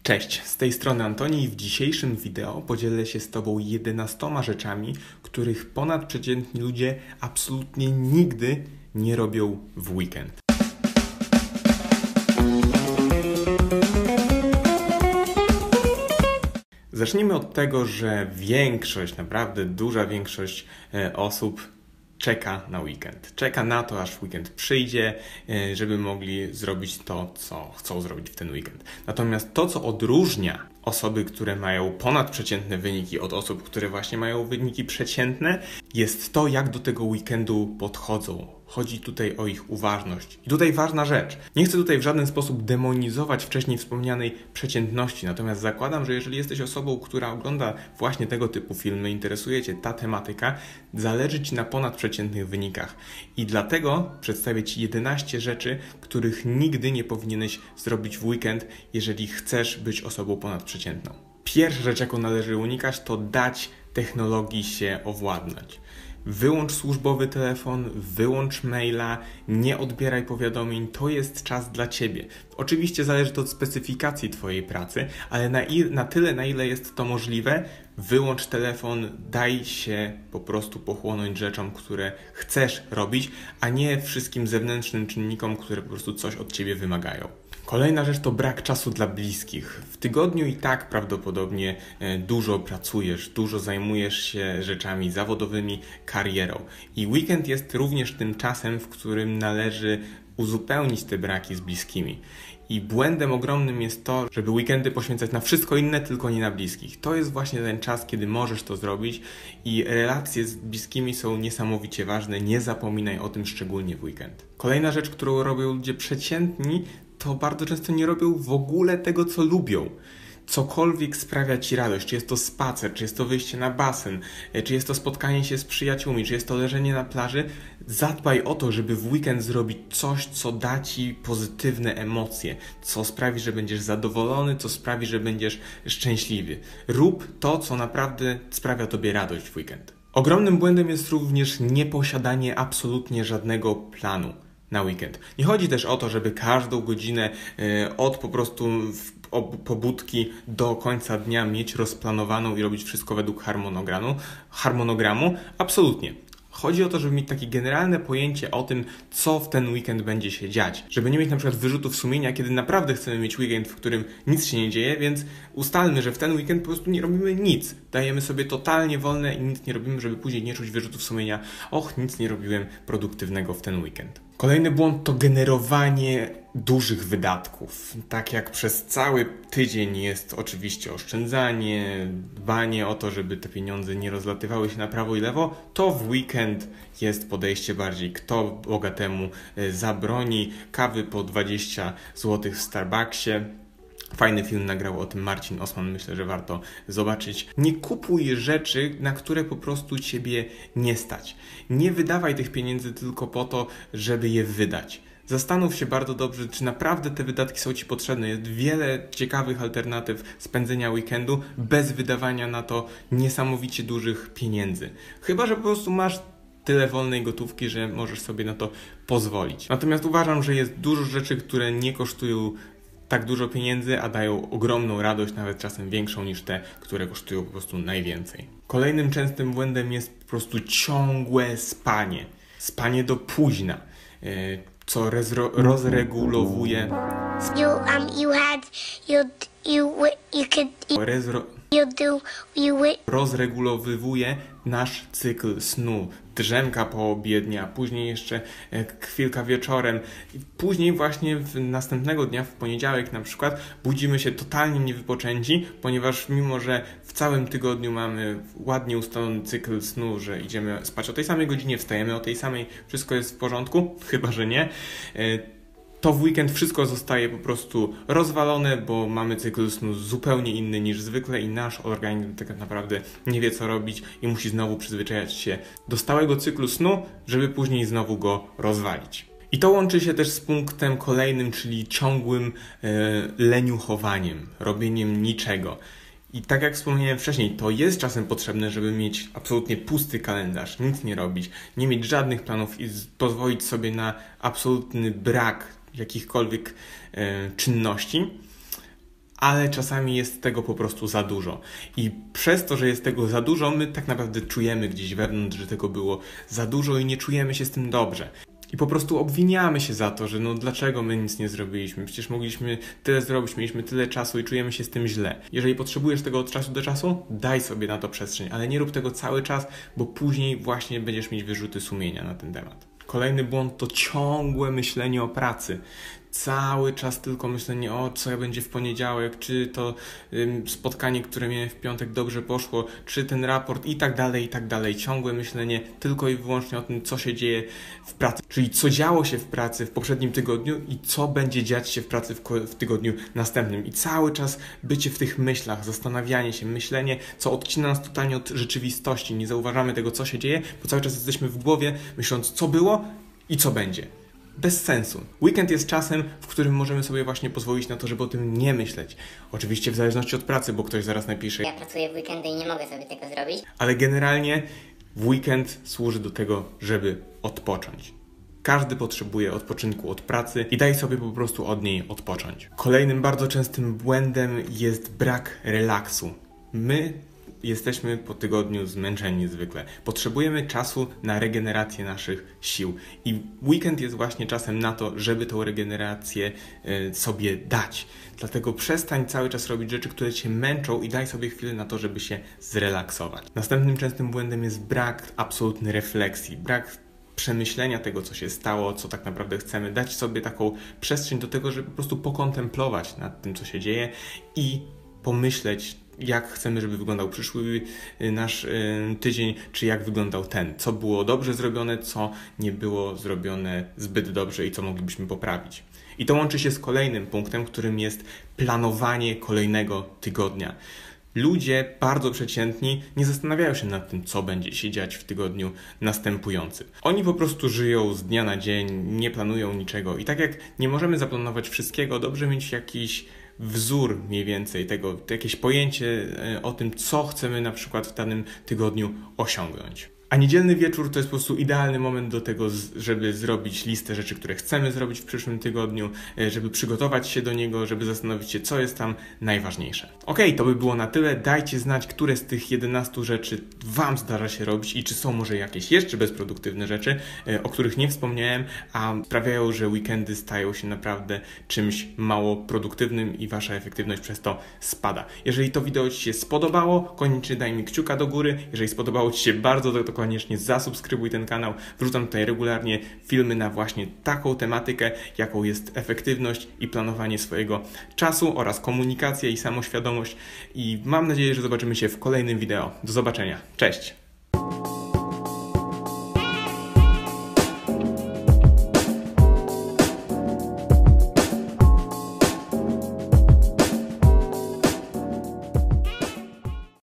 Cześć, z tej strony Antoni i w dzisiejszym wideo podzielę się z Tobą 11 rzeczami, których ponadprzeciętni ludzie absolutnie nigdy nie robią w weekend. Zacznijmy od tego, że naprawdę duża większość osób czeka na weekend. Czeka na to, aż weekend przyjdzie, żeby mogli zrobić to, co chcą zrobić w ten weekend. Natomiast to, co odróżnia osoby, które mają ponadprzeciętne wyniki od osób, które właśnie mają wyniki przeciętne, jest to, jak do tego weekendu podchodzą. Chodzi tutaj o ich uważność. I tutaj ważna rzecz. Nie chcę tutaj w żaden sposób demonizować wcześniej wspomnianej przeciętności, natomiast zakładam, że jeżeli jesteś osobą, która ogląda właśnie tego typu filmy, interesuje Cię ta tematyka, zależy Ci na ponadprzeciętnych wynikach. I dlatego przedstawię Ci 11 rzeczy, których nigdy nie powinieneś zrobić w weekend, jeżeli chcesz być osobą ponadprzeciętną. Pierwsza rzecz, jaką należy unikać, to dać technologii się owładnąć. Wyłącz służbowy telefon, wyłącz maila, nie odbieraj powiadomień, to jest czas dla Ciebie. Oczywiście zależy to od specyfikacji Twojej pracy, ale na tyle, na ile jest to możliwe, wyłącz telefon, daj się po prostu pochłonąć rzeczom, które chcesz robić, a nie wszystkim zewnętrznym czynnikom, które po prostu coś od Ciebie wymagają. Kolejna rzecz to brak czasu dla bliskich. W tygodniu i tak prawdopodobnie dużo pracujesz, dużo zajmujesz się rzeczami zawodowymi, karierą. I weekend jest również tym czasem, w którym należy uzupełnić te braki z bliskimi. I błędem ogromnym jest to, żeby weekendy poświęcać na wszystko inne, tylko nie na bliskich. To jest właśnie ten czas, kiedy możesz to zrobić i relacje z bliskimi są niesamowicie ważne. Nie zapominaj o tym, szczególnie w weekend. Kolejna rzecz, którą robią ludzie przeciętni, to bardzo często nie robią w ogóle tego, co lubią. Cokolwiek sprawia Ci radość, czy jest to spacer, czy jest to wyjście na basen, czy jest to spotkanie się z przyjaciółmi, czy jest to leżenie na plaży, zadbaj o to, żeby w weekend zrobić coś, co da Ci pozytywne emocje, co sprawi, że będziesz zadowolony, co sprawi, że będziesz szczęśliwy. Rób to, co naprawdę sprawia Tobie radość w weekend. Ogromnym błędem jest również nieposiadanie absolutnie żadnego planu na weekend. Nie chodzi też o to, żeby każdą godzinę od po prostu pobudki do końca dnia mieć rozplanowaną i robić wszystko według harmonogramu. Absolutnie. Chodzi o to, żeby mieć takie generalne pojęcie o tym, co w ten weekend będzie się dziać. Żeby nie mieć na przykład wyrzutów sumienia, kiedy naprawdę chcemy mieć weekend, w którym nic się nie dzieje, więc ustalmy, że w ten weekend po prostu nie robimy nic. Dajemy sobie totalnie wolne i nic nie robimy, żeby później nie czuć wyrzutów sumienia. Nic nie robiłem produktywnego w ten weekend. Kolejny błąd to generowanie dużych wydatków. Tak jak przez cały tydzień jest oczywiście oszczędzanie, dbanie o to, żeby te pieniądze nie rozlatywały się na prawo i lewo, to w weekend jest podejście bardziej kto bogatemu zabroni kawy po 20 zł w Starbucksie. Fajny film nagrał o tym Marcin Osman, myślę, że warto zobaczyć. Nie kupuj rzeczy, na które po prostu Ciebie nie stać. Nie wydawaj tych pieniędzy tylko po to, żeby je wydać. Zastanów się bardzo dobrze, czy naprawdę te wydatki są Ci potrzebne. Jest wiele ciekawych alternatyw spędzenia weekendu bez wydawania na to niesamowicie dużych pieniędzy. Chyba że po prostu masz tyle wolnej gotówki, że możesz sobie na to pozwolić. Natomiast uważam, że jest dużo rzeczy, które nie kosztują tak dużo pieniędzy, a dają ogromną radość, nawet czasem większą niż te, które kosztują po prostu najwięcej. Kolejnym częstym błędem jest po prostu ciągłe spanie. Spanie do późna, co rozregulowuje rozregulowywuje nasz cykl snu. Drzemka po obiednia, później jeszcze chwilka wieczorem. Później właśnie następnego dnia, w poniedziałek na przykład, budzimy się totalnie niewypoczęci, ponieważ mimo, że w całym tygodniu mamy ładnie ustalony cykl snu, że idziemy spać o tej samej godzinie, wstajemy o tej samej, wszystko jest w porządku, chyba że nie, to w weekend wszystko zostaje po prostu rozwalone, bo mamy cykl snu zupełnie inny niż zwykle i nasz organizm tak naprawdę nie wie, co robić i musi znowu przyzwyczajać się do stałego cyklu snu, żeby później znowu go rozwalić. I to łączy się też z punktem kolejnym, czyli ciągłym leniuchowaniem, robieniem niczego. I tak jak wspomniałem wcześniej, to jest czasem potrzebne, żeby mieć absolutnie pusty kalendarz, nic nie robić, nie mieć żadnych planów i pozwolić sobie na absolutny brak jakichkolwiek czynności, ale czasami jest tego po prostu za dużo. I przez to, że jest tego za dużo, my tak naprawdę czujemy gdzieś wewnątrz, że tego było za dużo i nie czujemy się z tym dobrze. I po prostu obwiniamy się za to, że no dlaczego my nic nie zrobiliśmy? Przecież mogliśmy tyle zrobić, mieliśmy tyle czasu i czujemy się z tym źle. Jeżeli potrzebujesz tego od czasu do czasu, daj sobie na to przestrzeń, ale nie rób tego cały czas, bo później właśnie będziesz mieć wyrzuty sumienia na ten temat. Kolejny błąd to ciągłe myślenie o pracy. Cały czas tylko myślenie o co będzie w poniedziałek, czy to spotkanie, które miałem w piątek dobrze poszło, czy ten raport i tak dalej, i tak dalej. Ciągłe myślenie tylko i wyłącznie o tym, co się dzieje w pracy, czyli co działo się w pracy w poprzednim tygodniu i co będzie dziać się w pracy w tygodniu następnym. I cały czas bycie w tych myślach, zastanawianie się, myślenie, co odcina nas totalnie od rzeczywistości. Nie zauważamy tego, co się dzieje, bo cały czas jesteśmy w głowie, myśląc, co było i co będzie. Bez sensu. Weekend jest czasem, w którym możemy sobie właśnie pozwolić na to, żeby o tym nie myśleć. Oczywiście w zależności od pracy, bo ktoś zaraz napisze: ja pracuję w weekendy i nie mogę sobie tego zrobić. Ale generalnie weekend służy do tego, żeby odpocząć. Każdy potrzebuje odpoczynku od pracy i daj sobie po prostu od niej odpocząć. Kolejnym bardzo częstym błędem jest brak relaksu. My jesteśmy po tygodniu zmęczeni zwykle. Potrzebujemy czasu na regenerację naszych sił. I weekend jest właśnie czasem na to, żeby tą regenerację sobie dać. Dlatego przestań cały czas robić rzeczy, które cię męczą i daj sobie chwilę na to, żeby się zrelaksować. Następnym częstym błędem jest brak absolutnej refleksji, brak przemyślenia tego, co się stało, co tak naprawdę chcemy, dać sobie taką przestrzeń do tego, żeby po prostu pokontemplować nad tym, co się dzieje i pomyśleć, jak chcemy, żeby wyglądał przyszły nasz tydzień, czy jak wyglądał ten, co było dobrze zrobione, co nie było zrobione zbyt dobrze i co moglibyśmy poprawić. I to łączy się z kolejnym punktem, którym jest planowanie kolejnego tygodnia. Ludzie bardzo przeciętni nie zastanawiają się nad tym, co będzie się dziać w tygodniu następującym. Oni po prostu żyją z dnia na dzień, nie planują niczego. I tak jak nie możemy zaplanować wszystkiego, dobrze mieć jakiś wzór mniej więcej tego, jakieś pojęcie o tym, co chcemy na przykład w danym tygodniu osiągnąć. A niedzielny wieczór to jest po prostu idealny moment do tego, żeby zrobić listę rzeczy, które chcemy zrobić w przyszłym tygodniu, żeby przygotować się do niego, żeby zastanowić się, co jest tam najważniejsze. Okej, to by było na tyle. Dajcie znać, które z tych 11 rzeczy Wam zdarza się robić i czy są może jakieś jeszcze bezproduktywne rzeczy, o których nie wspomniałem, a sprawiają, że weekendy stają się naprawdę czymś mało produktywnym i Wasza efektywność przez to spada. Jeżeli to wideo Ci się spodobało, koniecznie daj mi kciuka do góry. Jeżeli spodobało Ci się bardzo, to koniecznie zasubskrybuj ten kanał. Wrzucam tutaj regularnie filmy na właśnie taką tematykę, jaką jest efektywność i planowanie swojego czasu oraz komunikacja i samoświadomość. I mam nadzieję, że zobaczymy się w kolejnym wideo. Do zobaczenia. Cześć!